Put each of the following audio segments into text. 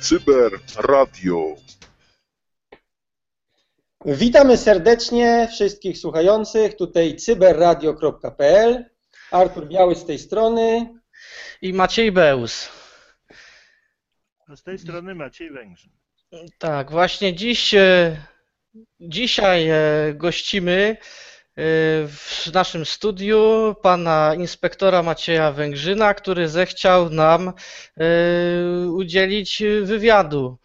Cyber Radio. Witamy serdecznie wszystkich słuchających. Tutaj cyberradio.pl. Artur Biały z tej strony. I Maciej Beus. A z tej strony Maciej Węgrzyn. Tak, właśnie dzisiaj gościmy w naszym studiu pana inspektora Macieja Węgrzyna, który zechciał nam udzielić wywiadu.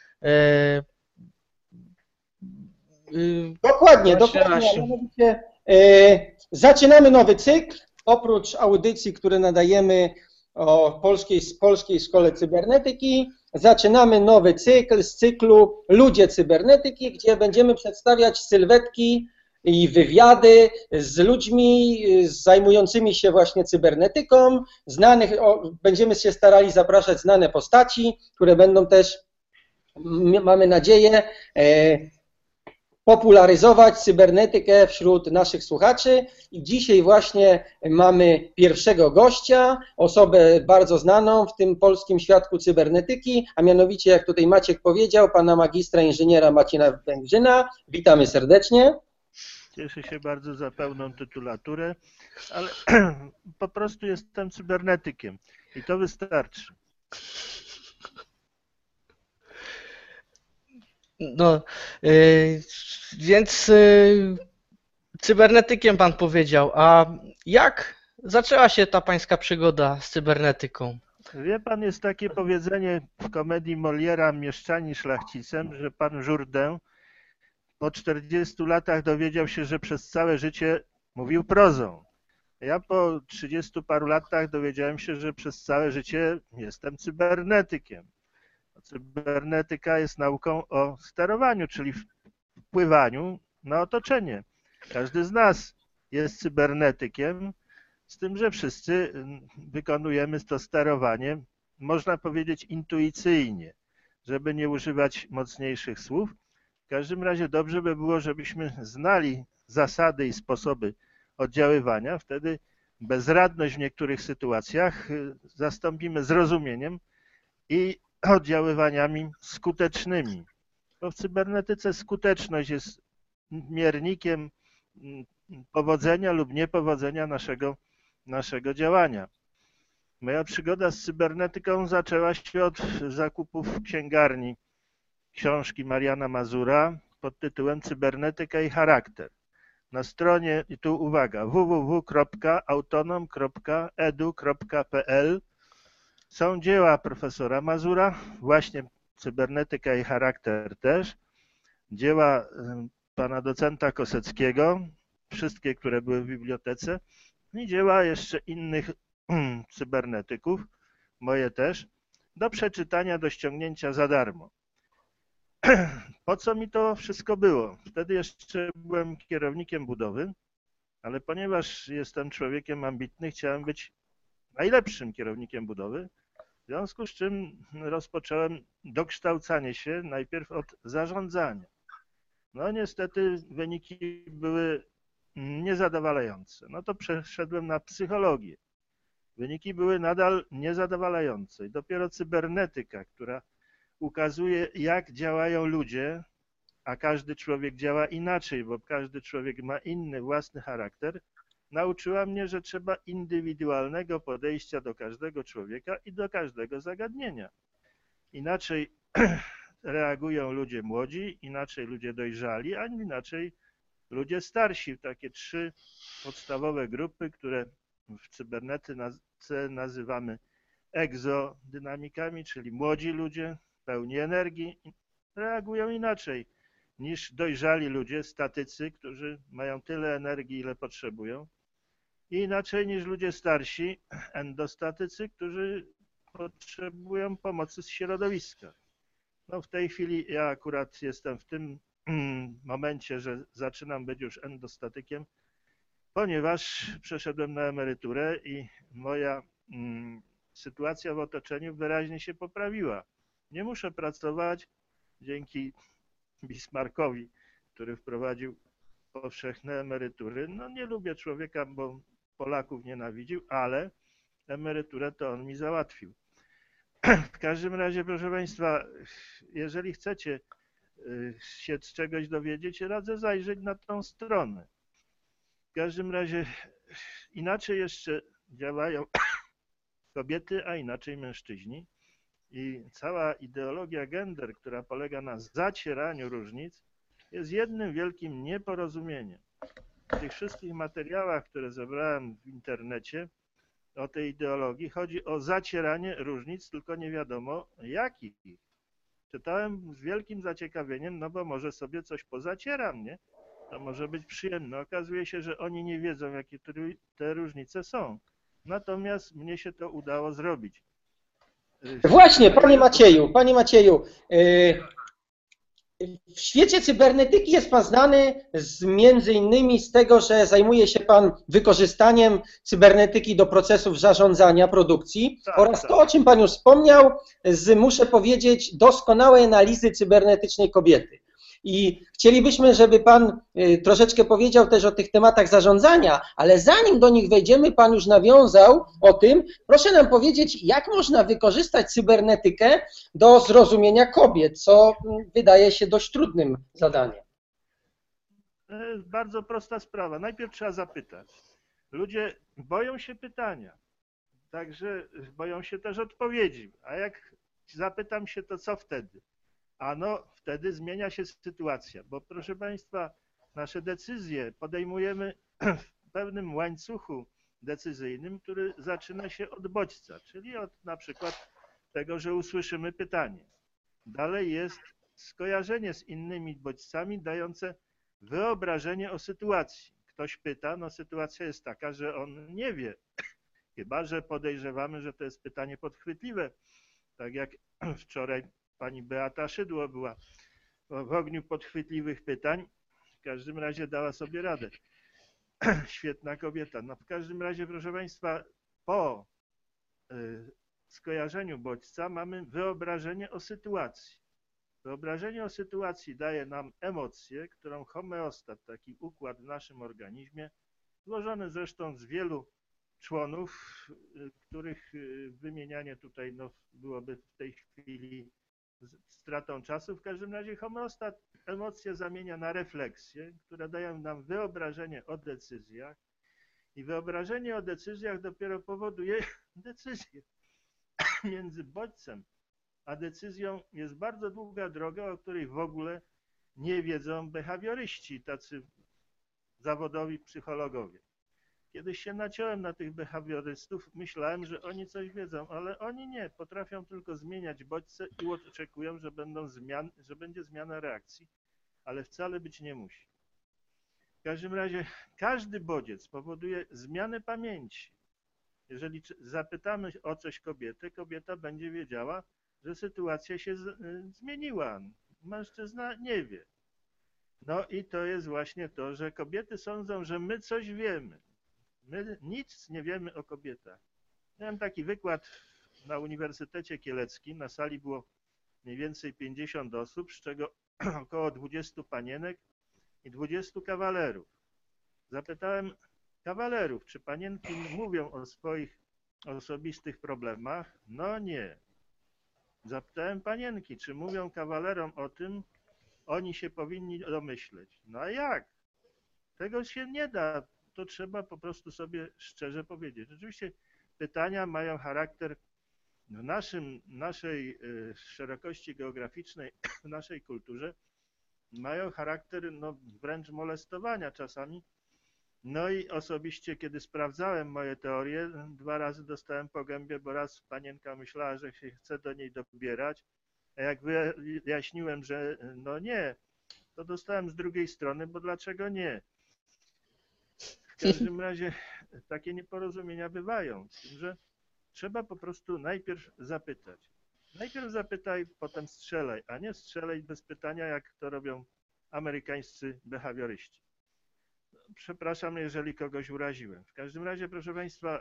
Dokładnie. Mianowicie, zaczynamy nowy cykl. Oprócz audycji, które nadajemy o polskiej szkole cybernetyki, zaczynamy nowy cykl z cyklu Ludzie cybernetyki, gdzie będziemy przedstawiać sylwetki i wywiady z ludźmi zajmującymi się właśnie cybernetyką, będziemy się starali zapraszać znane postaci, które będą też, mamy nadzieję, popularyzować cybernetykę wśród naszych słuchaczy. I dzisiaj właśnie mamy pierwszego gościa, osobę bardzo znaną w tym polskim świadku cybernetyki, a mianowicie, jak tutaj Maciek powiedział, pana magistra inżyniera Macieja Węgrzyna. Witamy serdecznie. Cieszę się bardzo za pełną tytulaturę, ale po prostu jestem cybernetykiem i to wystarczy. No, więc cybernetykiem pan powiedział, a jak zaczęła się ta pańska przygoda z cybernetyką? Wie pan, jest takie powiedzenie w komedii Moliera Mieszczani szlachcicem, że pan Jourdain po 40 latach dowiedział się, że przez całe życie mówił prozą. Ja po 30 paru latach dowiedziałem się, że przez całe życie jestem cybernetykiem. Cybernetyka jest nauką o sterowaniu, czyli wpływaniu na otoczenie. Każdy z nas jest cybernetykiem, z tym, że wszyscy wykonujemy to sterowanie, można powiedzieć intuicyjnie, żeby nie używać mocniejszych słów. W każdym razie dobrze by było, żebyśmy znali zasady i sposoby oddziaływania. Wtedy bezradność w niektórych sytuacjach zastąpimy zrozumieniem i oddziaływaniami skutecznymi. Bo w cybernetyce skuteczność jest miernikiem powodzenia lub niepowodzenia naszego działania. Moja przygoda z cybernetyką zaczęła się od zakupów w księgarni książki Mariana Mazura pod tytułem Cybernetyka i charakter. Na stronie, i tu uwaga, www.autonom.edu.pl są dzieła profesora Mazura, właśnie Cybernetyka i charakter też, dzieła pana docenta Koseckiego, wszystkie, które były w bibliotece, i dzieła jeszcze innych cybernetyków, moje też, do przeczytania, do ściągnięcia za darmo. Po co mi to wszystko było? Wtedy jeszcze byłem kierownikiem budowy, ale ponieważ jestem człowiekiem ambitny, chciałem być najlepszym kierownikiem budowy, w związku z czym rozpocząłem dokształcanie się najpierw od zarządzania. No niestety wyniki były niezadowalające. No to przeszedłem na psychologię. Wyniki były nadal niezadowalające i dopiero cybernetyka, która ukazuje, jak działają ludzie, a każdy człowiek działa inaczej, bo każdy człowiek ma inny, własny charakter, nauczyła mnie, że trzeba indywidualnego podejścia do każdego człowieka i do każdego zagadnienia. Inaczej reagują ludzie młodzi, inaczej ludzie dojrzali, a inaczej ludzie starsi. Takie trzy podstawowe grupy, które w cybernetyce nazywamy egzodynamikami, czyli młodzi ludzie, pełni energii, reagują inaczej niż dojrzali ludzie, statycy, którzy mają tyle energii, ile potrzebują, i inaczej niż ludzie starsi, endostatycy, którzy potrzebują pomocy z środowiska. No w tej chwili ja akurat jestem w tym momencie, że zaczynam być już endostatykiem, ponieważ przeszedłem na emeryturę i moja sytuacja w otoczeniu wyraźnie się poprawiła. Nie muszę pracować dzięki Bismarckowi, który wprowadził powszechne emerytury. No nie lubię człowieka, bo Polaków nienawidził, ale emeryturę to on mi załatwił. W każdym razie, proszę Państwa, jeżeli chcecie się z czegoś dowiedzieć, radzę zajrzeć na tą stronę. W każdym razie inaczej jeszcze działają kobiety, a inaczej mężczyźni. I cała ideologia gender, która polega na zacieraniu różnic, jest jednym wielkim nieporozumieniem. W tych wszystkich materiałach, które zebrałem w internecie o tej ideologii, chodzi o zacieranie różnic, tylko nie wiadomo jakich. Czytałem z wielkim zaciekawieniem, no bo może sobie coś pozacieram, nie? To może być przyjemne. Okazuje się, że oni nie wiedzą, jakie te różnice są. Natomiast mnie się to udało zrobić. Właśnie, Panie Macieju, w świecie cybernetyki jest Pan znany między innymi z tego, że zajmuje się Pan wykorzystaniem cybernetyki do procesów zarządzania produkcji oraz to, o czym Pan już wspomniał, muszę powiedzieć, doskonałej analizy cybernetycznej kobiety. I chcielibyśmy, żeby Pan troszeczkę powiedział też o tych tematach zarządzania, ale zanim do nich wejdziemy, Pan już nawiązał o tym. Proszę nam powiedzieć, jak można wykorzystać cybernetykę do zrozumienia kobiet, co wydaje się dość trudnym zadaniem. To jest bardzo prosta sprawa. Najpierw trzeba zapytać. Ludzie boją się pytania, także boją się też odpowiedzi. A jak zapytam się, to co wtedy? Ano, wtedy zmienia się sytuacja, bo proszę Państwa, nasze decyzje podejmujemy w pewnym łańcuchu decyzyjnym, który zaczyna się od bodźca, czyli od na przykład tego, że usłyszymy pytanie. Dalej jest skojarzenie z innymi bodźcami dające wyobrażenie o sytuacji. Ktoś pyta, no sytuacja jest taka, że on nie wie, chyba że podejrzewamy, że to jest pytanie podchwytliwe, tak jak wczoraj pani Beata Szydło była w ogniu podchwytliwych pytań. W każdym razie dała sobie radę. Świetna kobieta. No w każdym razie, proszę Państwa, po skojarzeniu bodźca mamy wyobrażenie o sytuacji. Wyobrażenie o sytuacji daje nam emocję, którą homeostat, taki układ w naszym organizmie, złożony zresztą z wielu członów, których wymienianie tutaj no, byłoby w tej chwili stratą czasu. W każdym razie homeostat emocje zamienia na refleksję, które dają nam wyobrażenie o decyzjach i wyobrażenie o decyzjach dopiero powoduje decyzję. Między bodźcem a decyzją jest bardzo długa droga, o której w ogóle nie wiedzą behawioryści, tacy zawodowi psychologowie. Kiedyś się naciąłem na tych behawiorystów, myślałem, że oni coś wiedzą, ale oni nie, potrafią tylko zmieniać bodźce i oczekują, że będzie zmiana reakcji, ale wcale być nie musi. W każdym razie każdy bodziec powoduje zmianę pamięci. Jeżeli zapytamy o coś kobietę, kobieta będzie wiedziała, że sytuacja się zmieniła. Mężczyzna nie wie. No i to jest właśnie to, że kobiety sądzą, że my coś wiemy. My nic nie wiemy o kobietach. Miałem taki wykład na Uniwersytecie Kieleckim. Na sali było mniej więcej 50 osób, z czego około 20 panienek i 20 kawalerów. Zapytałem kawalerów, czy panienki mówią o swoich osobistych problemach? No nie. Zapytałem panienki, czy mówią kawalerom o tym, oni się powinni domyśleć. No a jak? Tego się nie da. To trzeba po prostu sobie szczerze powiedzieć. Oczywiście pytania mają charakter w naszej szerokości geograficznej, w naszej kulturze, mają charakter no, wręcz molestowania czasami. No i osobiście, kiedy sprawdzałem moje teorie, 2 razy dostałem po gębie, bo raz panienka myślała, że się chce do niej dobierać, a jak wyjaśniłem, że no nie, to dostałem z drugiej strony, bo dlaczego nie? W każdym razie takie nieporozumienia bywają, z tym, że trzeba po prostu najpierw zapytać. Najpierw zapytaj, potem strzelaj, a nie strzelaj bez pytania, jak to robią amerykańscy behawioryści. Przepraszam, jeżeli kogoś uraziłem. W każdym razie, proszę Państwa,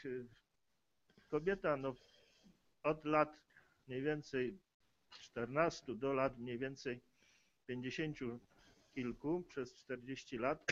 kobieta no, od lat mniej więcej 14 do lat mniej więcej 50 kilku, przez 40 lat,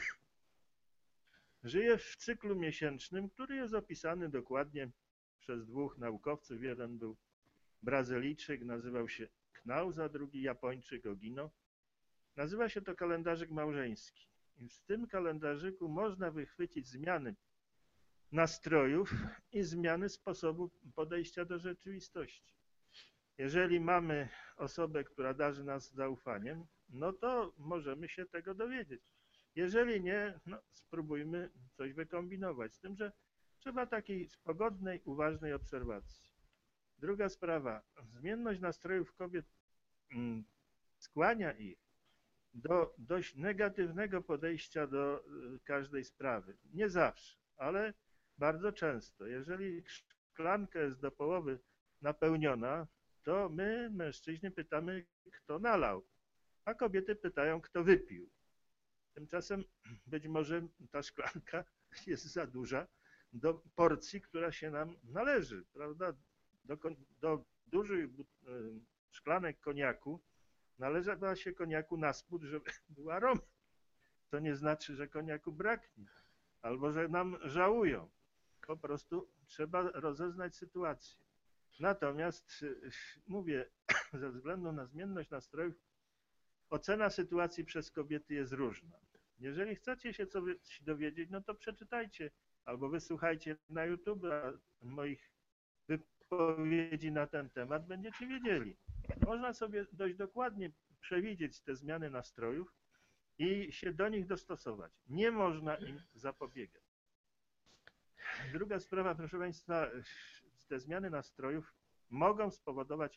żyje w cyklu miesięcznym, który jest opisany dokładnie przez 2 naukowców. Jeden był Brazylijczyk, nazywał się Knauza, drugi Japończyk Ogino. Nazywa się to kalendarzyk małżeński. I w tym kalendarzyku można wychwycić zmiany nastrojów i zmiany sposobu podejścia do rzeczywistości. Jeżeli mamy osobę, która darzy nas zaufaniem, no to możemy się tego dowiedzieć. Jeżeli nie, no spróbujmy coś wykombinować. Z tym, że trzeba takiej pogodnej, uważnej obserwacji. Druga sprawa. Zmienność nastrojów kobiet skłania ich do dość negatywnego podejścia do każdej sprawy. Nie zawsze, ale bardzo często. Jeżeli szklanka jest do połowy napełniona, to my, mężczyźni, pytamy, kto nalał, a kobiety pytają, kto wypił. Tymczasem być może ta szklanka jest za duża do porcji, która się nam należy, prawda? Do dużych szklanek koniaku należała się koniaku na spód, żeby był aromat. To nie znaczy, że koniaku braknie, albo że nam żałują. Po prostu trzeba rozeznać sytuację. Natomiast mówię, ze względu na zmienność nastrojów, ocena sytuacji przez kobiety jest różna. Jeżeli chcecie się coś dowiedzieć, no to przeczytajcie albo wysłuchajcie na YouTube moich wypowiedzi na ten temat, będziecie wiedzieli. Można sobie dość dokładnie przewidzieć te zmiany nastrojów i się do nich dostosować. Nie można im zapobiegać. Druga sprawa, proszę Państwa, te zmiany nastrojów mogą spowodować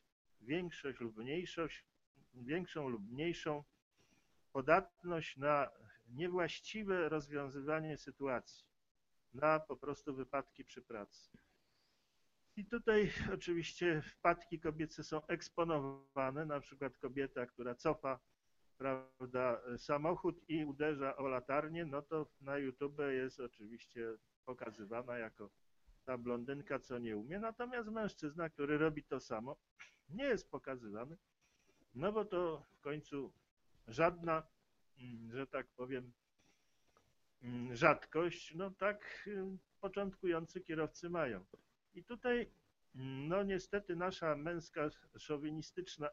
większą lub mniejszą podatność na niewłaściwe rozwiązywanie sytuacji, na po prostu wypadki przy pracy. I tutaj oczywiście wpadki kobiece są eksponowane, na przykład kobieta, która cofa, prawda, samochód i uderza o latarnię, no to na YouTube jest oczywiście pokazywana jako ta blondynka, co nie umie, natomiast mężczyzna, który robi to samo, nie jest pokazywany, no bo to w końcu żadna, że tak powiem, rzadkość, no tak początkujący kierowcy mają. I tutaj, no niestety nasza męska, szowinistyczna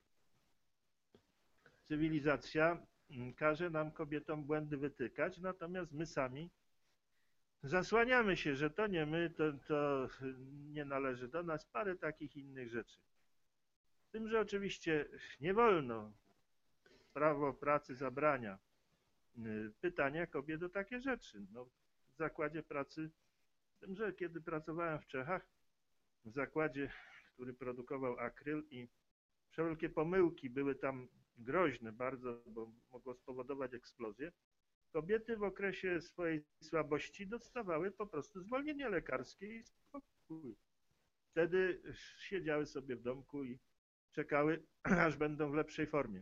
cywilizacja każe nam kobietom błędy wytykać, natomiast my sami zasłaniamy się, że to nie my, to nie należy do nas, parę takich innych rzeczy. Z tym, że oczywiście nie wolno, prawo pracy zabrania pytania kobiet o takie rzeczy. No, w zakładzie pracy, z tym, że kiedy pracowałem w Czechach, w zakładzie, który produkował akryl i wszelkie pomyłki były tam groźne bardzo, bo mogło spowodować eksplozję, kobiety w okresie swojej słabości dostawały po prostu zwolnienie lekarskie i spokój. Wtedy siedziały sobie w domku i czekały, aż będą w lepszej formie.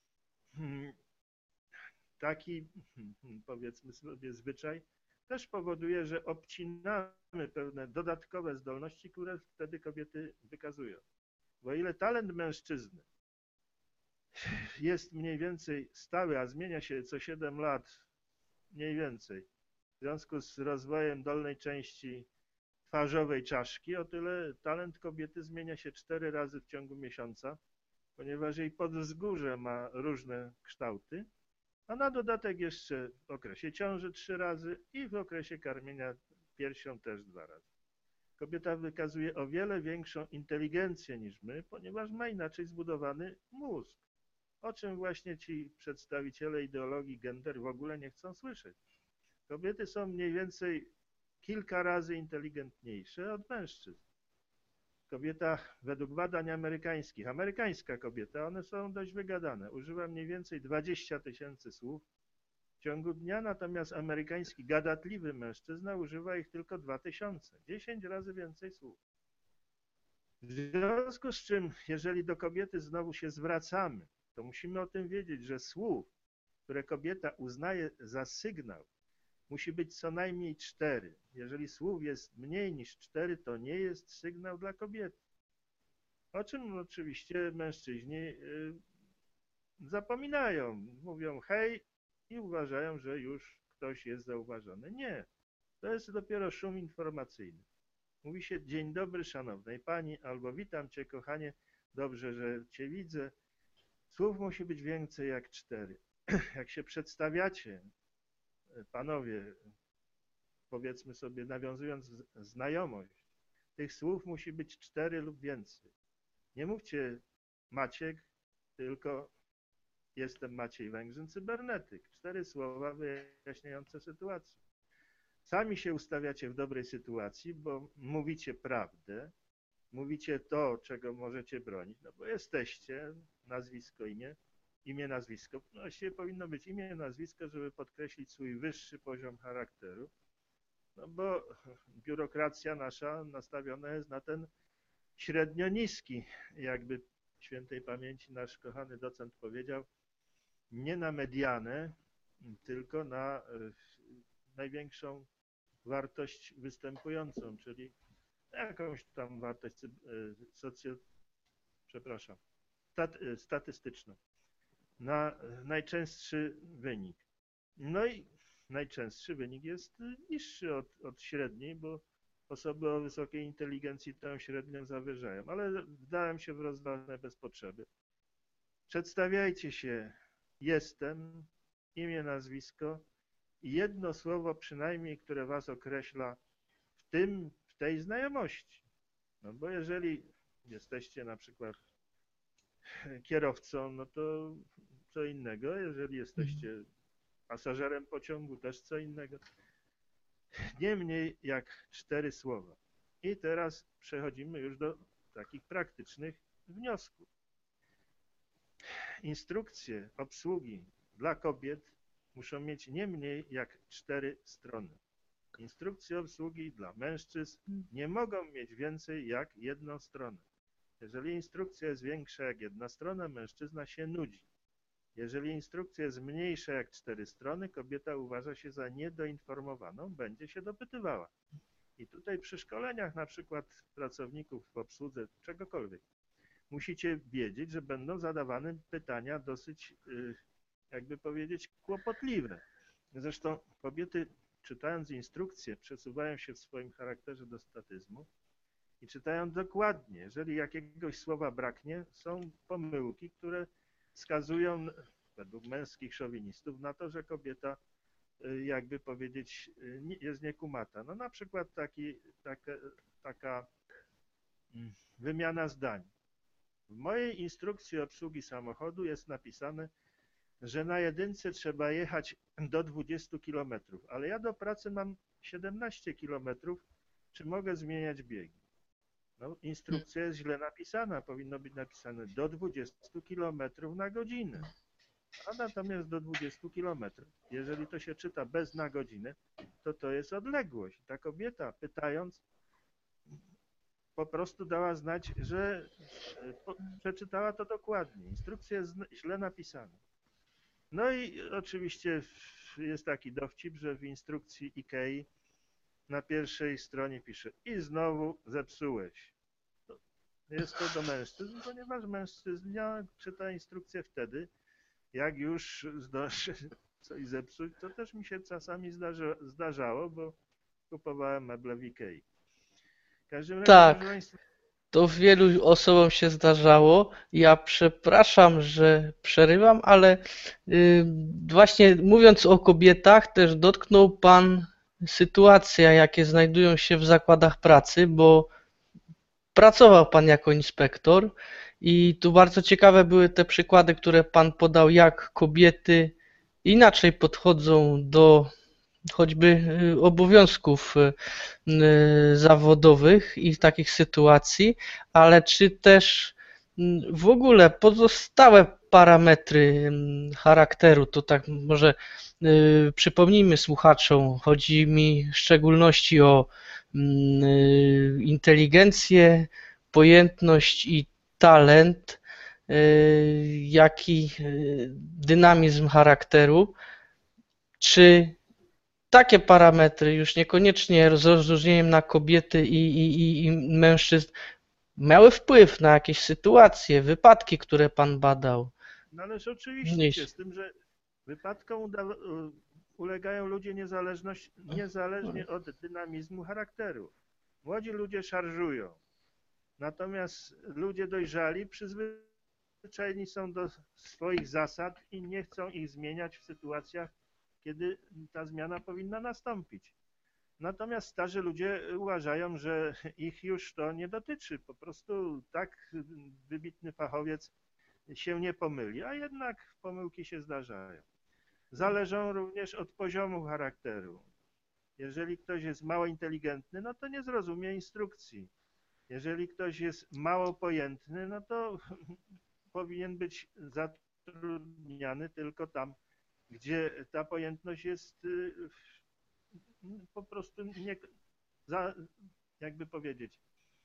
Taki, powiedzmy sobie, zwyczaj też powoduje, że obcinamy pewne dodatkowe zdolności, które wtedy kobiety wykazują. Bo o ile talent mężczyzny jest mniej więcej stały, a zmienia się co 7 lat mniej więcej, w związku z rozwojem dolnej części twarzowej czaszki, o tyle talent kobiety zmienia się 4 razy w ciągu miesiąca, ponieważ jej podwzgórze ma różne kształty, a na dodatek jeszcze w okresie ciąży 3 razy i w okresie karmienia piersią też 2 razy. Kobieta wykazuje o wiele większą inteligencję niż my, ponieważ ma inaczej zbudowany mózg, o czym właśnie ci przedstawiciele ideologii gender w ogóle nie chcą słyszeć. Kobiety są mniej więcej kilka razy inteligentniejsze od mężczyzn. Kobieta według badań amerykańskich, amerykańska kobieta, one są dość wygadane, używa mniej więcej 20 000 słów w ciągu dnia, natomiast amerykański gadatliwy mężczyzna używa ich tylko 2000, 10 razy więcej słów. W związku z czym, jeżeli do kobiety znowu się zwracamy, to musimy o tym wiedzieć, że słów, które kobieta uznaje za sygnał, musi być co najmniej 4. Jeżeli słów jest mniej niż 4, to nie jest sygnał dla kobiety. O czym oczywiście mężczyźni zapominają. Mówią hej i uważają, że już ktoś jest zauważony. Nie. To jest dopiero szum informacyjny. Mówi się dzień dobry szanownej pani albo witam cię kochanie, dobrze, że cię widzę. Słów musi być więcej jak 4. Jak się przedstawiacie, panowie, powiedzmy sobie, nawiązując znajomość, tych słów musi być 4 lub więcej. Nie mówcie Maciek, tylko jestem Maciej Węgrzyn, cybernetyk. 4 słowa wyjaśniające sytuację. Sami się ustawiacie w dobrej sytuacji, bo mówicie prawdę, mówicie to, czego możecie bronić, no bo jesteście, nazwisko, imię, nazwisko. No właściwie powinno być imię, nazwisko, żeby podkreślić swój wyższy poziom charakteru, no bo biurokracja nasza nastawiona jest na ten średnio niski, jakby świętej pamięci nasz kochany docent powiedział, nie na medianę, tylko na największą wartość występującą, czyli jakąś tam wartość statystyczną, na najczęstszy wynik. No i najczęstszy wynik jest niższy od średniej, bo osoby o wysokiej inteligencji tę średnią zawyżają, ale wdałem się w rozważne bez potrzeby. Przedstawiajcie się, jestem, imię, nazwisko i jedno słowo przynajmniej, które was określa w tej znajomości. No bo jeżeli jesteście na przykład kierowcą, no to co innego, jeżeli jesteście pasażerem pociągu, też co innego. Nie mniej jak 4 słowa. I teraz przechodzimy już do takich praktycznych wniosków. Instrukcje obsługi dla kobiet muszą mieć nie mniej jak 4 strony. Instrukcje obsługi dla mężczyzn nie mogą mieć więcej jak 1 stronę. Jeżeli instrukcja jest większa jak 1 strona, mężczyzna się nudzi. Jeżeli instrukcja jest mniejsza jak 4 strony, kobieta uważa się za niedoinformowaną, będzie się dopytywała. I tutaj przy szkoleniach na przykład pracowników w obsłudze czegokolwiek, musicie wiedzieć, że będą zadawane pytania dosyć, jakby powiedzieć, kłopotliwe. Zresztą kobiety, czytając instrukcje, przesuwają się w swoim charakterze do statyzmu i czytają dokładnie. Jeżeli jakiegoś słowa braknie, są pomyłki, które wskazują według męskich szowinistów na to, że kobieta, jakby powiedzieć, jest niekumata. No na przykład taka wymiana zdań. W mojej instrukcji obsługi samochodu jest napisane, że na jedynce trzeba jechać do 20 km, ale ja do pracy mam 17 km, czy mogę zmieniać biegi? No, instrukcja jest źle napisana, powinno być napisane do 20 km na godzinę, a natomiast do 20 km. Jeżeli to się czyta bez na godzinę, to jest odległość. Ta kobieta, pytając, po prostu dała znać, że przeczytała to dokładnie. Instrukcja jest źle napisana. No i oczywiście jest taki dowcip, że w instrukcji IKEA na pierwszej stronie pisze i znowu zepsułeś. Jest to do mężczyzn, ponieważ mężczyzna czyta instrukcję wtedy, jak już zdąży coś zepsuć. To też mi się czasami zdarzało, bo kupowałem meble w IKEA. W każdym razie, Tak, proszę Państwa, to wielu osobom się zdarzało. Ja przepraszam, że przerywam, ale właśnie mówiąc o kobietach, też dotknął Pan sytuacja, jakie znajdują się w zakładach pracy, bo pracował Pan jako inspektor i tu bardzo ciekawe były te przykłady, które Pan podał, jak kobiety inaczej podchodzą do choćby obowiązków zawodowych i takich sytuacji, ale czy też w ogóle pozostałe parametry charakteru, to tak może przypomnijmy słuchaczom, chodzi mi w szczególności o inteligencję, pojętność i talent, jak i dynamizm charakteru. Czy takie parametry, już niekoniecznie z rozróżnieniem na kobiety i mężczyzn, miały wpływ na jakieś sytuacje, wypadki, które Pan badał? należy oczywiście z tym, że wypadkom ulegają ludzie niezależnie od dynamizmu charakteru. Młodzi ludzie szarżują, natomiast ludzie dojrzali, przyzwyczajeni są do swoich zasad i nie chcą ich zmieniać w sytuacjach, kiedy ta zmiana powinna nastąpić. Natomiast starzy ludzie uważają, że ich już to nie dotyczy. Po prostu tak wybitny fachowiec się nie pomyli, a jednak pomyłki się zdarzają. Zależą również od poziomu charakteru. Jeżeli ktoś jest mało inteligentny, no to nie zrozumie instrukcji. Jeżeli ktoś jest mało pojętny, no to powinien być zatrudniany tylko tam, gdzie ta pojętność jest po prostu nie, jakby powiedzieć,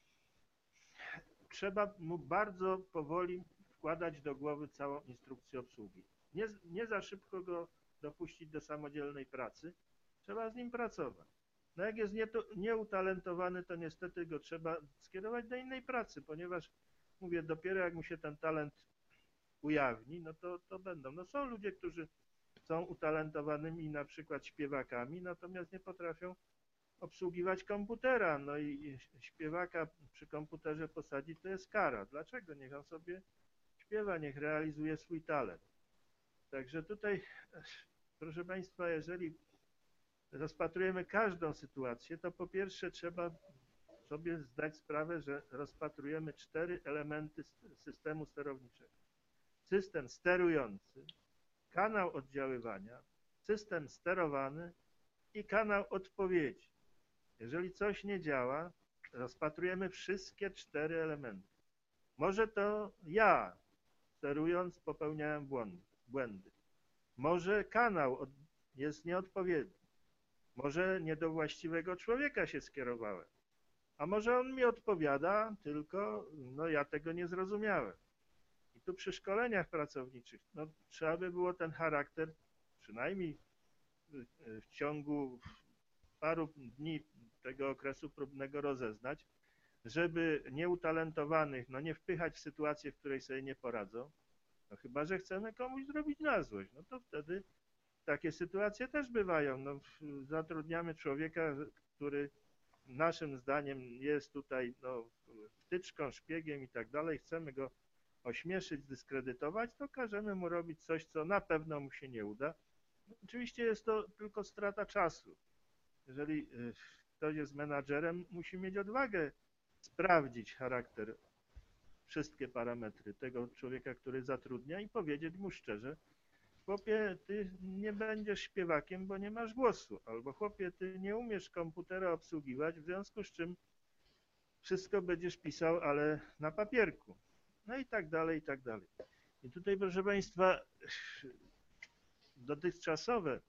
trzeba mu bardzo powoli wkładać do głowy całą instrukcję obsługi. Nie za szybko go dopuścić do samodzielnej pracy, trzeba z nim pracować. No jak jest nieutalentowany, to niestety go trzeba skierować do innej pracy, ponieważ, mówię, dopiero jak mu się ten talent ujawni, no to będą. No są ludzie, którzy są utalentowanymi na przykład śpiewakami, natomiast nie potrafią obsługiwać komputera. No i śpiewaka przy komputerze posadzić to jest kara. Dlaczego? Niech on sobie śpiewa, niech realizuje swój talent. Także tutaj, proszę Państwa, jeżeli rozpatrujemy każdą sytuację, to po pierwsze trzeba sobie zdać sprawę, że rozpatrujemy 4 elementy systemu sterowniczego. System sterujący, kanał oddziaływania, system sterowany i kanał odpowiedzi. Jeżeli coś nie działa, rozpatrujemy wszystkie 4 elementy. Może to ja, sterując, popełniałem błędy. Może kanał jest nieodpowiedni. Może nie do właściwego człowieka się skierowałem. A może on mi odpowiada, tylko no, ja tego nie zrozumiałem. I tu przy szkoleniach pracowniczych no, trzeba by było ten charakter przynajmniej w ciągu paru dni tego okresu próbnego rozeznać, żeby nieutalentowanych no, nie wpychać w sytuację, w której sobie nie poradzą. No, chyba że chcemy komuś zrobić na złość, no to wtedy takie sytuacje też bywają. No, zatrudniamy człowieka, który naszym zdaniem jest tutaj no, wtyczką, szpiegiem i tak dalej, chcemy go ośmieszyć, zdyskredytować, to każemy mu robić coś, co na pewno mu się nie uda. Oczywiście jest to tylko strata czasu. Jeżeli ktoś jest menadżerem, musi mieć odwagę sprawdzić charakter, wszystkie parametry tego człowieka, który zatrudnia i powiedzieć mu szczerze, chłopie, ty nie będziesz śpiewakiem, bo nie masz głosu, albo chłopie, ty nie umiesz komputera obsługiwać, w związku z czym wszystko będziesz pisał, ale na papierku. No i tak dalej, i tak dalej. I tutaj, proszę Państwa, dotychczasowe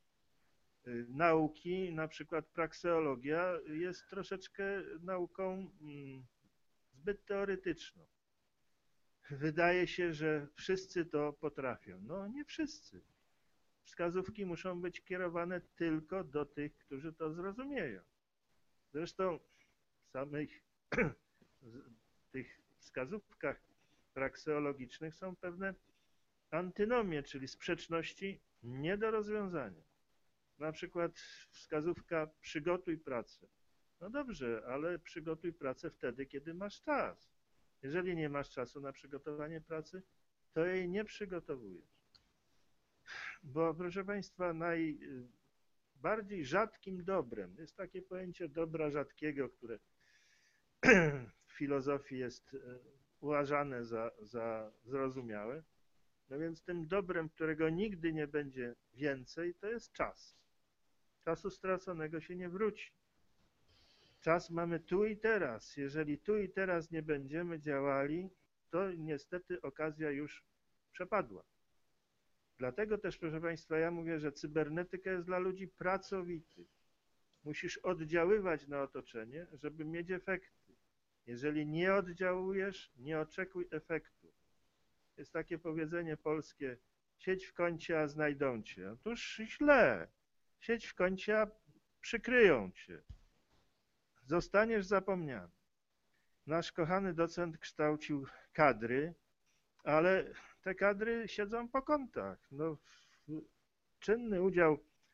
nauki, na przykład prakseologia, jest troszeczkę nauką zbyt teoretyczną. Wydaje się, że wszyscy to potrafią. No nie wszyscy. Wskazówki muszą być kierowane tylko do tych, którzy to zrozumieją. Zresztą w samych tych wskazówkach prakseologicznych są pewne antynomie, czyli sprzeczności nie do rozwiązania. Na przykład wskazówka przygotuj pracę. No dobrze, ale przygotuj pracę wtedy, kiedy masz czas. Jeżeli nie masz czasu na przygotowanie pracy, to jej nie przygotowujesz. Bo proszę Państwa, najbardziej rzadkim dobrem jest takie pojęcie dobra rzadkiego, które w filozofii jest uważane za zrozumiałe. No więc tym dobrem, którego nigdy nie będzie więcej, to jest czas. Czasu straconego się nie wróci. Czas mamy tu i teraz. Jeżeli tu i teraz nie będziemy działali, to niestety okazja już przepadła. Dlatego też, proszę Państwa, ja mówię, że cybernetyka jest dla ludzi pracowitych. Musisz oddziaływać na otoczenie, żeby mieć efekty. Jeżeli nie oddziałujesz, nie oczekuj efektu. Jest takie powiedzenie polskie, siedź w kącie, a znajdą cię. Otóż źle. Siedź w kącie, a przykryją cię. Zostaniesz zapomniany. Nasz kochany docent kształcił kadry, ale te kadry siedzą po kątach. No, czynny udział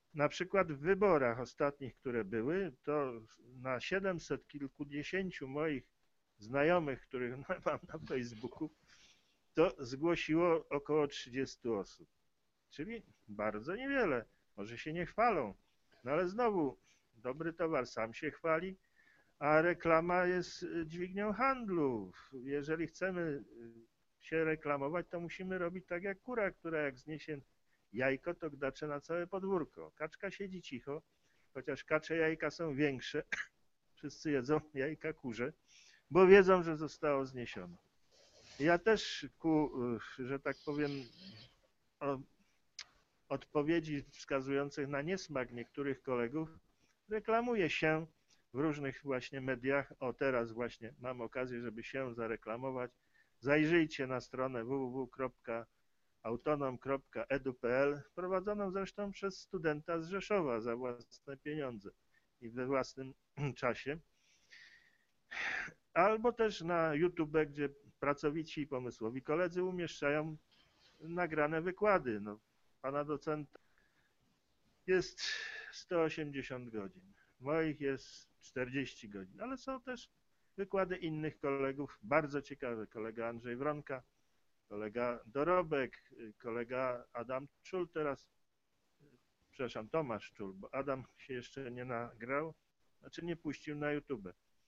Na przykład w wyborach ostatnich, które były, to na 700 kilkudziesięciu moich znajomych, których mam na Facebooku, to zgłosiło około 30 osób. Czyli bardzo niewiele. Może się nie chwalą, no ale znowu dobry towar sam się chwali, a reklama jest dźwignią handlu. Jeżeli chcemy się reklamować, to musimy robić tak jak kura, która jak zniesie jajko, to gdacze na całe podwórko. Kaczka siedzi cicho, chociaż kacze jajka są większe. Wszyscy jedzą jajka kurze, bo wiedzą, że zostało zniesione. Ja też że tak powiem, odpowiedzi wskazujących na niesmak niektórych kolegów reklamuję się w różnych właśnie mediach. O, teraz właśnie mam okazję, żeby się zareklamować. Zajrzyjcie na stronę www.autonom.edu.pl, prowadzoną zresztą przez studenta z Rzeszowa za własne pieniądze i we własnym czasie. Albo też na YouTube, gdzie pracowici i pomysłowi koledzy umieszczają nagrane wykłady. No, pana docenta jest 180 godzin, moich jest 40 godzin, ale są też wykłady innych kolegów, bardzo ciekawe. Kolega Andrzej Wronka, kolega Dorobek, kolega Adam Czul teraz, przepraszam, Tomasz Czul, bo Adam się jeszcze nie nagrał, znaczy nie puścił na YouTube.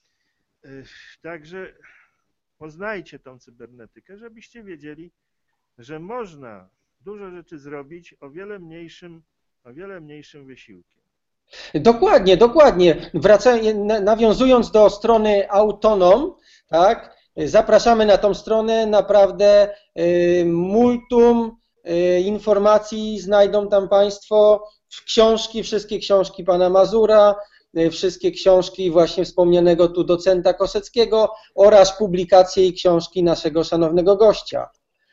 Także poznajcie tą cybernetykę, żebyście wiedzieli, że można dużo rzeczy zrobić o wiele mniejszym wysiłkiem. Dokładnie, dokładnie. Nawiązując do strony Autonom, tak, zapraszamy na tą stronę, naprawdę multum informacji znajdą tam Państwo, książki, wszystkie książki pana Mazura, wszystkie książki właśnie wspomnianego tu docenta Koseckiego oraz publikacje i książki naszego szanownego gościa.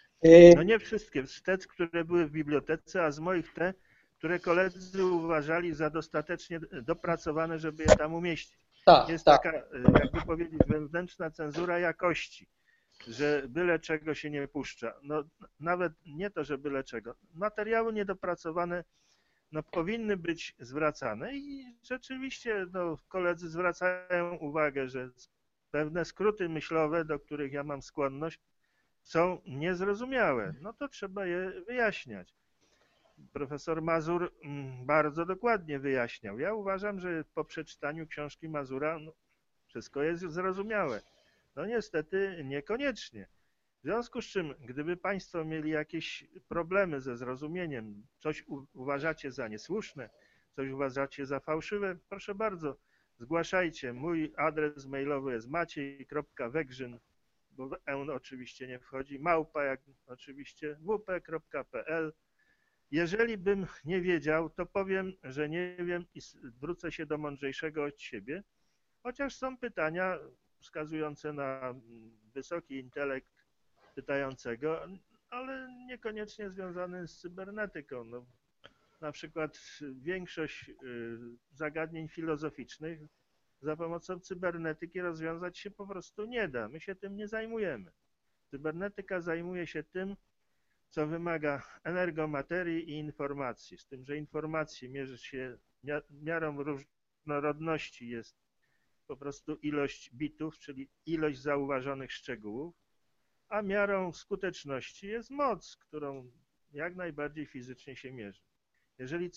No nie wszystkie, wstecz, które były w bibliotece, a z moich te, które koledzy uważali za dostatecznie dopracowane, żeby je tam umieścić. Jest taka, jakby powiedzieć, wewnętrzna cenzura jakości, że byle czego się nie puszcza. No nawet nie to, że byle czego. Materiały niedopracowane no, powinny być zwracane i rzeczywiście no, koledzy zwracają uwagę, że pewne skróty myślowe, do których ja mam skłonność, są niezrozumiałe. No to trzeba je wyjaśniać. Profesor Mazur bardzo dokładnie wyjaśniał. Ja uważam, że po przeczytaniu książki Mazura no, wszystko jest zrozumiałe. No niestety niekoniecznie. W związku z czym, gdyby Państwo mieli jakieś problemy ze zrozumieniem, coś uważacie za niesłuszne, coś uważacie za fałszywe, proszę bardzo, zgłaszajcie. Mój adres mailowy jest maciej.wegrzyn, bo on oczywiście nie wchodzi, małpa jak oczywiście wp.pl. Jeżeli bym nie wiedział, to powiem, że nie wiem i zwrócę się do mądrzejszego od siebie, chociaż są pytania wskazujące na wysoki intelekt pytającego, ale niekoniecznie związany z cybernetyką. No, na przykład większość zagadnień filozoficznych za pomocą cybernetyki rozwiązać się po prostu nie da. My się tym nie zajmujemy. Cybernetyka zajmuje się tym, co wymaga energomaterii i informacji. Z tym, że informacji mierzy się miarą różnorodności jest po prostu ilość bitów, czyli ilość zauważonych szczegółów, a miarą skuteczności jest moc, którą jak najbardziej fizycznie się mierzy. Jeżeli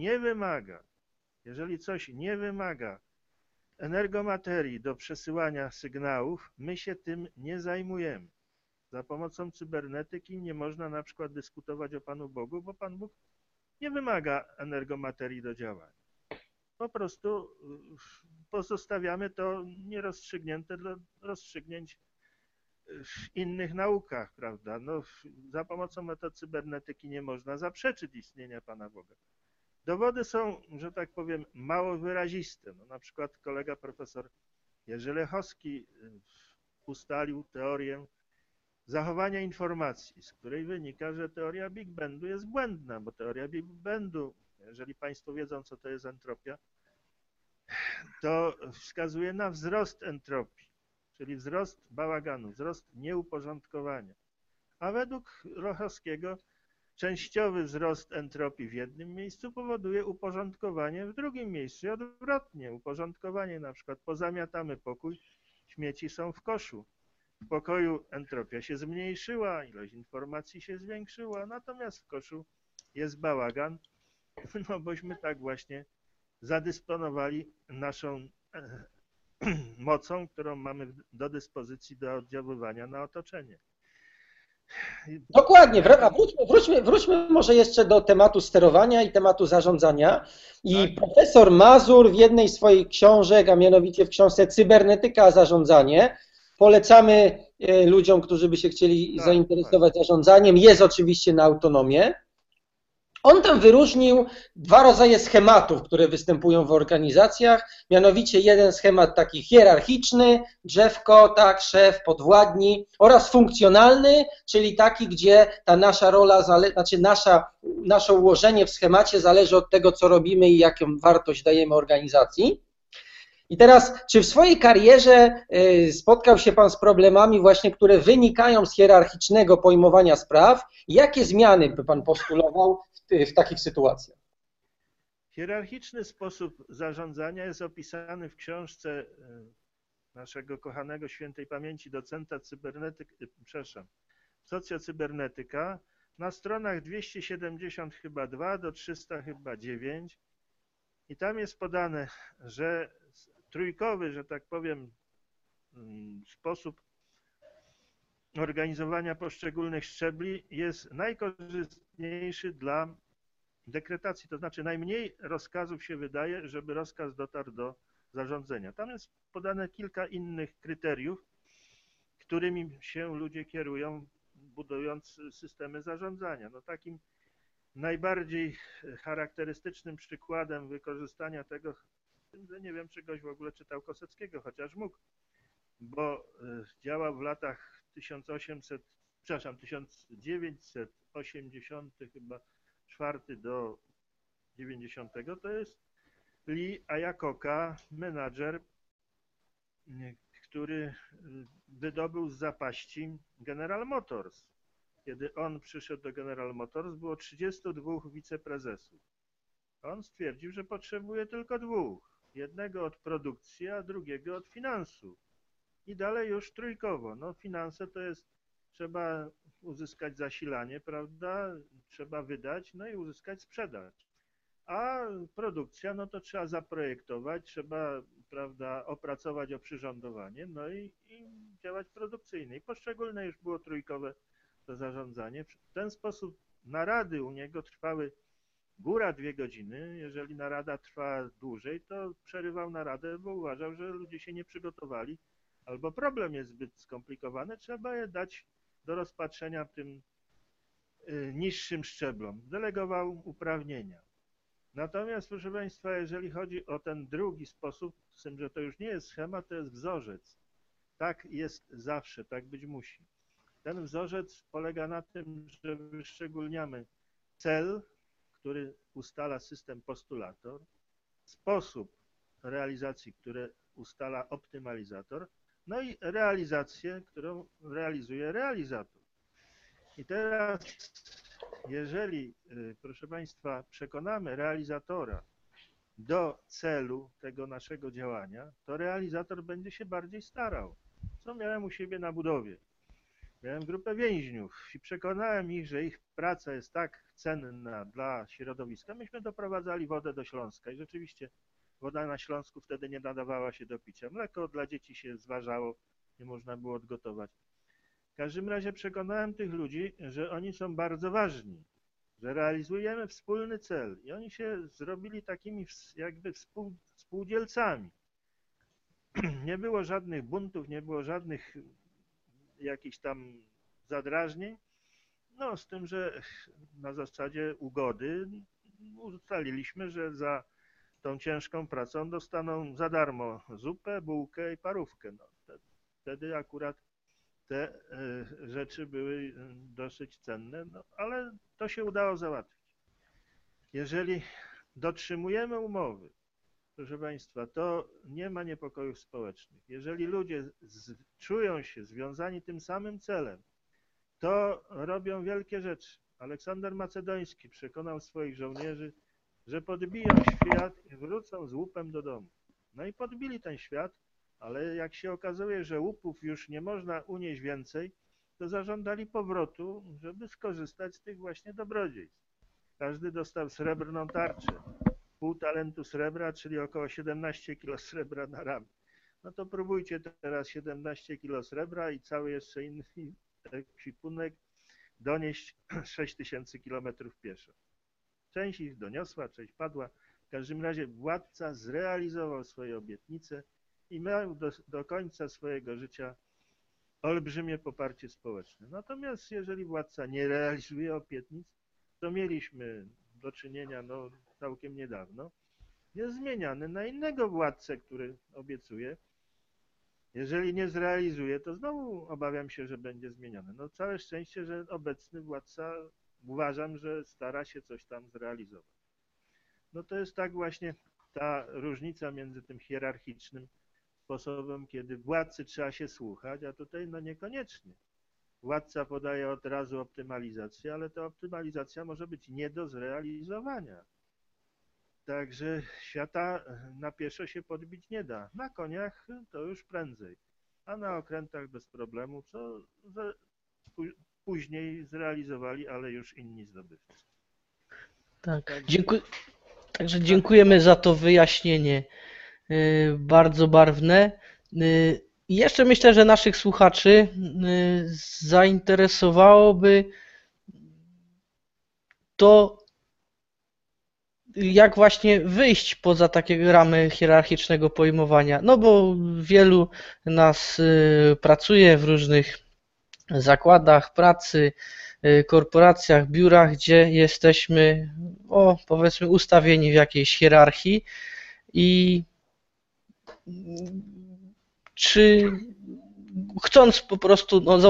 coś nie wymaga energomaterii do przesyłania sygnałów, my się tym nie zajmujemy. Za pomocą cybernetyki nie można na przykład dyskutować o Panu Bogu, bo Pan Bóg nie wymaga energomaterii do działania. Po prostu pozostawiamy to nierozstrzygnięte dla rozstrzygnięć w innych naukach, prawda? No, za pomocą metod cybernetyki nie można zaprzeczyć istnienia Pana Boga. Dowody są, że tak powiem, mało wyraziste. No, na przykład kolega profesor Jerzy Lechowski ustalił teorię zachowania informacji, z której wynika, że teoria Big Bandu jest błędna, bo teoria Big Bandu, jeżeli Państwo wiedzą, co to jest entropia, to wskazuje na wzrost entropii, czyli wzrost bałaganu, wzrost nieuporządkowania. A według Lechowskiego częściowy wzrost entropii w jednym miejscu powoduje uporządkowanie w drugim miejscu i odwrotnie. Uporządkowanie, na przykład pozamiatamy pokój, śmieci są w koszu. W pokoju entropia się zmniejszyła, ilość informacji się zwiększyła, natomiast w koszu jest bałagan, no bośmy tak właśnie zadysponowali naszą mocą, którą mamy do dyspozycji do oddziaływania na otoczenie. Dokładnie, a wróćmy może jeszcze do tematu sterowania i tematu zarządzania. I Tak. Profesor Mazur w jednej z swoich książek, a mianowicie w książce Cybernetyka a zarządzanie, polecamy ludziom, którzy by się chcieli zainteresować zarządzaniem, jest oczywiście na autonomię. On tam wyróżnił dwa rodzaje schematów, które występują w organizacjach, mianowicie jeden schemat taki hierarchiczny, drzewko, tak, szef, podwładni, oraz funkcjonalny, czyli taki, gdzie ta nasza rola, znaczy nasze ułożenie w schemacie zależy od tego, co robimy i jaką wartość dajemy organizacji. I teraz, czy w swojej karierze spotkał się Pan z problemami właśnie, które wynikają z hierarchicznego pojmowania spraw? Jakie zmiany by Pan postulował w takich sytuacjach? Hierarchiczny sposób zarządzania jest opisany w książce naszego kochanego świętej pamięci docenta socjocybernetyka na stronach 270 chyba 2 do 300 chyba 9 i tam jest podane, że trójkowy, że tak powiem, sposób organizowania poszczególnych szczebli jest najkorzystniejszy dla dekretacji, to znaczy najmniej rozkazów się wydaje, żeby rozkaz dotarł do zarządzenia. Tam jest podane kilka innych kryteriów, którymi się ludzie kierują, budując systemy zarządzania. No takim najbardziej charakterystycznym przykładem wykorzystania tego, że nie wiem, czy goś w ogóle czytał Koseckiego, chociaż mógł, bo działał w latach 1980 chyba 4 do 90, to jest Lee Iacocca, menadżer, który wydobył z zapaści General Motors. Kiedy on przyszedł do General Motors, było 32 wiceprezesów. On stwierdził, że potrzebuje tylko dwóch. Jednego od produkcji, a drugiego od finansów. I dalej już trójkowo. No finanse to jest, trzeba uzyskać zasilanie, prawda? Trzeba wydać, no i uzyskać sprzedaż. A produkcja, no to trzeba zaprojektować, trzeba, prawda, opracować oprzyrządowanie, no i działać produkcyjnie. I poszczególne już było trójkowe to zarządzanie. W ten sposób narady u niego trwały góra 2 godziny. Jeżeli narada trwa dłużej, to przerywał naradę, bo uważał, że ludzie się nie przygotowali albo problem jest zbyt skomplikowany, trzeba je dać do rozpatrzenia tym niższym szczeblom. Delegował uprawnienia. Natomiast, proszę Państwa, jeżeli chodzi o ten drugi sposób, z tym, że to już nie jest schemat, to jest wzorzec. Tak jest zawsze, tak być musi. Ten wzorzec polega na tym, że wyszczególniamy cel, który ustala system postulator, sposób realizacji, który ustala optymalizator, no i realizację, którą realizuje realizator. I teraz, jeżeli, proszę Państwa, przekonamy realizatora do celu tego naszego działania, to realizator będzie się bardziej starał. Co miałem u siebie na budowie? Miałem grupę więźniów i przekonałem ich, że ich praca jest tak cenna dla środowiska. Myśmy doprowadzali wodę do Śląska i rzeczywiście woda na Śląsku wtedy nie nadawała się do picia. Mleko dla dzieci się zważało, nie można było odgotować. W każdym razie przekonałem tych ludzi, że oni są bardzo ważni, że realizujemy wspólny cel i oni się zrobili takimi jakby współdzielcami. Nie było żadnych buntów, nie było żadnych jakichś tam zadrażnień, no z tym, że na zasadzie ugody ustaliliśmy, że za tą ciężką pracą dostaną za darmo zupę, bułkę i parówkę. No, wtedy akurat te rzeczy były dosyć cenne, no, ale to się udało załatwić. Jeżeli dotrzymujemy umowy, proszę Państwa, to nie ma niepokojów społecznych. Jeżeli ludzie czują się związani tym samym celem, to robią wielkie rzeczy. Aleksander Macedoński przekonał swoich żołnierzy, że podbiją świat i wrócą z łupem do domu. No i podbili ten świat, ale jak się okazuje, że łupów już nie można unieść więcej, to zażądali powrotu, żeby skorzystać z tych właśnie dobrodziejstw. Każdy dostał srebrną tarczę, pół talentu srebra, czyli około 17 kg srebra na ramię. No to próbujcie teraz 17 kg srebra i cały jeszcze inny ekwipunek donieść 6000 km pieszo. Część ich doniosła, część padła. W każdym razie władca zrealizował swoje obietnice i miał do końca swojego życia olbrzymie poparcie społeczne. Natomiast jeżeli władca nie realizuje obietnic, to mieliśmy do czynienia całkiem niedawno, jest zmieniany na innego władcę, który obiecuje. Jeżeli nie zrealizuje, to znowu obawiam się, że będzie zmieniony. No całe szczęście, że obecny władca, uważam, że stara się coś tam zrealizować. No to jest tak właśnie ta różnica między tym hierarchicznym sposobem, kiedy władcy trzeba się słuchać, a tutaj no niekoniecznie. Władca podaje od razu optymalizację, ale ta optymalizacja może być nie do zrealizowania. Także świata na pieszo się podbić nie da. Na koniach to już prędzej, a na okrętach bez problemu, co później zrealizowali, ale już inni zdobywcy. Tak. Także dziękujemy za to wyjaśnienie bardzo barwne. I jeszcze myślę, że naszych słuchaczy zainteresowałoby to, jak właśnie wyjść poza takie ramy hierarchicznego pojmowania. No bo wielu nas pracuje w różnych zakładach pracy, korporacjach, biurach, gdzie jesteśmy, powiedzmy, ustawieni w jakiejś hierarchii i czy chcąc po prostu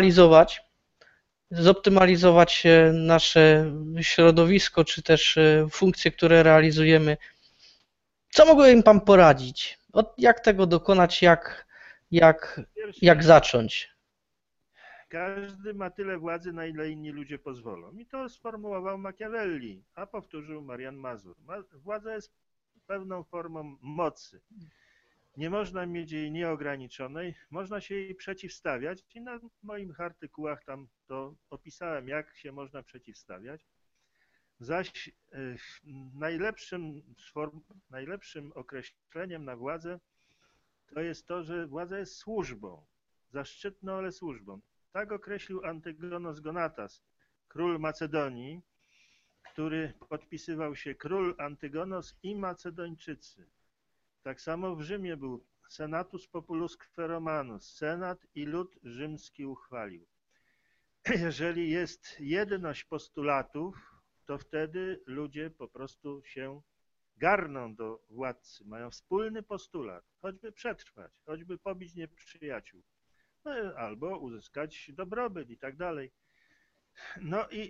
zoptymalizować nasze środowisko, czy też funkcje, które realizujemy, co mogę im Pan poradzić? Jak tego dokonać, jak zacząć? Każdy ma tyle władzy, na ile inni ludzie pozwolą. I to sformułował Machiavelli, a powtórzył Marian Mazur. Władza jest pewną formą mocy. Nie można mieć jej nieograniczonej, można się jej przeciwstawiać i na moich artykułach tam to opisałem, jak się można przeciwstawiać. Zaś najlepszym określeniem na władzę to jest to, że władza jest służbą, zaszczytną, ale służbą. Tak określił Antygonos Gonatas, król Macedonii, który podpisywał się król Antygonos i Macedończycy. Tak samo w Rzymie był Senatus Populusque Romanus, senat i lud rzymski uchwalił. Jeżeli jest jedność postulatów, to wtedy ludzie po prostu się garną do władcy, mają wspólny postulat, choćby przetrwać, choćby pobić nieprzyjaciół, no, albo uzyskać dobrobyt i tak dalej. No i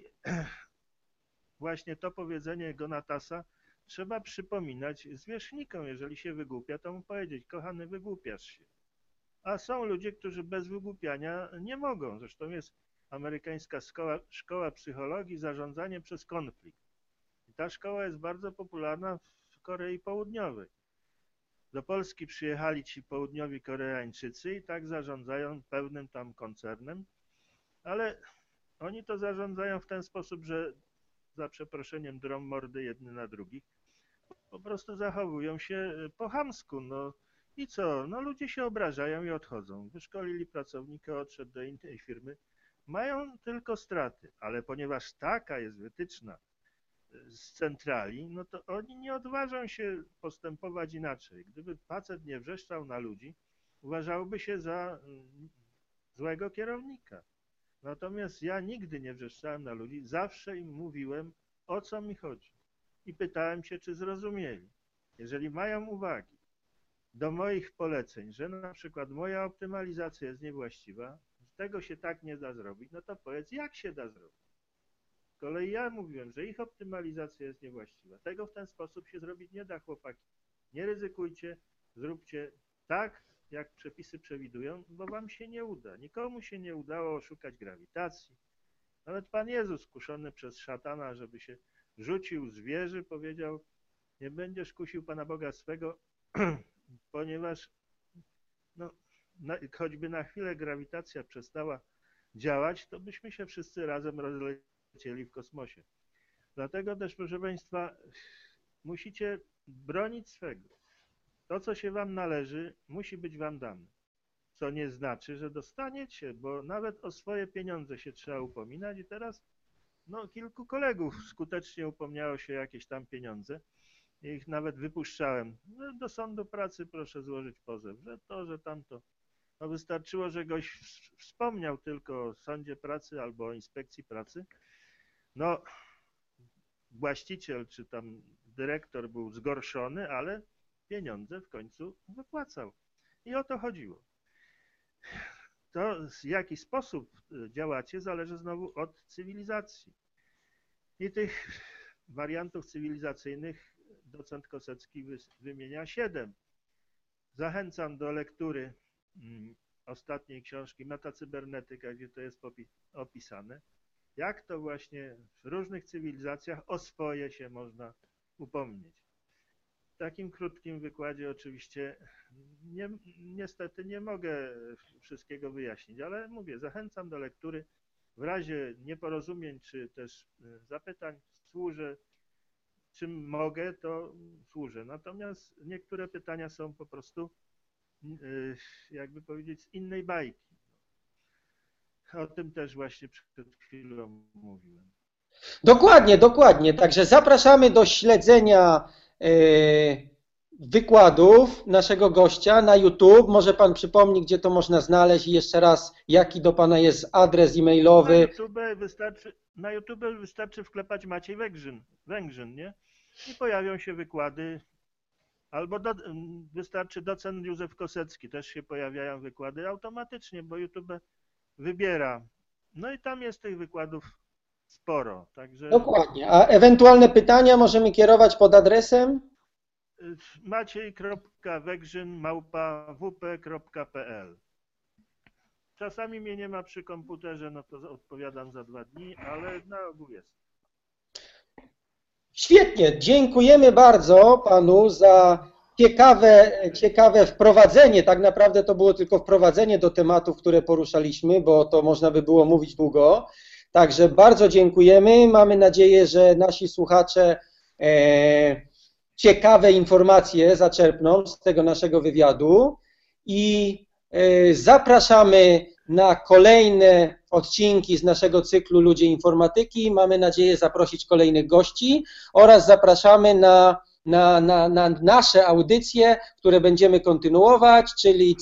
właśnie to powiedzenie Gonatasa trzeba przypominać zwierzchnikom. Jeżeli się wygłupia, to mu powiedzieć: kochany, wygłupiasz się. A są ludzie, którzy bez wygłupiania nie mogą. Zresztą jest amerykańska szkoła psychologii zarządzanie przez konflikt. I ta szkoła jest bardzo popularna w Korei Południowej. Do Polski przyjechali ci południowi Koreańczycy i tak zarządzają pewnym tam koncernem, ale oni to zarządzają w ten sposób, że za przeproszeniem drą mordy jedny na drugich. Po prostu zachowują się po chamsku. No i co? No ludzie się obrażają i odchodzą. Wyszkolili pracownika, odszedł do innej firmy. Mają tylko straty, ale ponieważ taka jest wytyczna z centrali, no to oni nie odważą się postępować inaczej. Gdyby facet nie wrzeszczał na ludzi, uważałby się za złego kierownika. Natomiast ja nigdy nie wrzeszczałem na ludzi, zawsze im mówiłem, o co mi chodzi. I pytałem się, czy zrozumieli. Jeżeli mają uwagi do moich poleceń, że na przykład moja optymalizacja jest niewłaściwa, tego się tak nie da zrobić, no to powiedz, jak się da zrobić. Z kolei ja mówiłem, że ich optymalizacja jest niewłaściwa. Tego w ten sposób się zrobić nie da, chłopaki. Nie ryzykujcie, zróbcie tak, jak przepisy przewidują, bo wam się nie uda. Nikomu się nie udało oszukać grawitacji, Nawet Pan Jezus, kuszony przez szatana, żeby się rzucił z wieży, powiedział: nie będziesz kusił Pana Boga swego, ponieważ no, choćby na chwilę grawitacja przestała działać, to byśmy się wszyscy razem rozlecieli w kosmosie. Dlatego też, proszę Państwa, musicie bronić swego. To, co się Wam należy, musi być Wam dane. Co nie znaczy, że dostaniecie, bo nawet o swoje pieniądze się trzeba upominać i teraz no, kilku kolegów skutecznie upomniało się o jakieś tam pieniądze. Ich nawet wypuszczałem. No, do sądu pracy proszę złożyć pozew, że to, że tamto. No, wystarczyło, że goś wspomniał tylko o sądzie pracy albo o inspekcji pracy. No, właściciel czy tam dyrektor był zgorszony, ale pieniądze w końcu wypłacał. I o to chodziło. To, w jaki sposób działacie, zależy znowu od cywilizacji. I tych wariantów cywilizacyjnych docent Kosecki wymienia 7. Zachęcam do lektury ostatniej książki Metacybernetyka, gdzie to jest opisane, jak to właśnie w różnych cywilizacjach o swoje się można upomnieć. W takim krótkim wykładzie oczywiście niestety nie mogę wszystkiego wyjaśnić, ale mówię, zachęcam do lektury. W razie nieporozumień czy też zapytań służę. Czym mogę, to służę. Natomiast niektóre pytania są po prostu, jakby powiedzieć, z innej bajki. O tym też właśnie przed chwilą mówiłem. Dokładnie, dokładnie. Także zapraszamy do śledzenia wykładów naszego gościa na YouTube. Może Pan przypomni, gdzie to można znaleźć i jeszcze raz, jaki do Pana jest adres e-mailowy. Na YouTube wystarczy wklepać Maciej Węgrzyn, nie? I pojawią się wykłady. Albo wystarczy docent Józef Kosecki, też się pojawiają wykłady automatycznie, bo YouTube wybiera. No i tam jest tych wykładów sporo. Także dokładnie. A ewentualne pytania możemy kierować pod adresem? maciej.wegrzyn@wp.pl. Czasami mnie nie ma przy komputerze, no to odpowiadam za 2 dni, ale na ogół jest. Świetnie, dziękujemy bardzo Panu za ciekawe wprowadzenie. Tak naprawdę to było tylko wprowadzenie do tematów, które poruszaliśmy, bo to można by było mówić długo. Także bardzo dziękujemy. Mamy nadzieję, że nasi słuchacze ciekawe informacje zaczerpną z tego naszego wywiadu i zapraszamy na kolejne odcinki z naszego cyklu Ludzie Informatyki. Mamy nadzieję zaprosić kolejnych gości oraz zapraszamy na nasze audycje, które będziemy kontynuować, czyli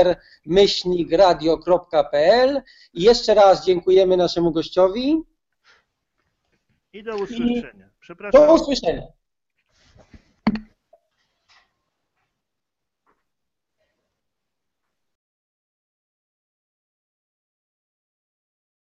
cyber-radio.pl. I jeszcze raz dziękujemy naszemu gościowi. I do usłyszenia. Przepraszam. Do usłyszenia.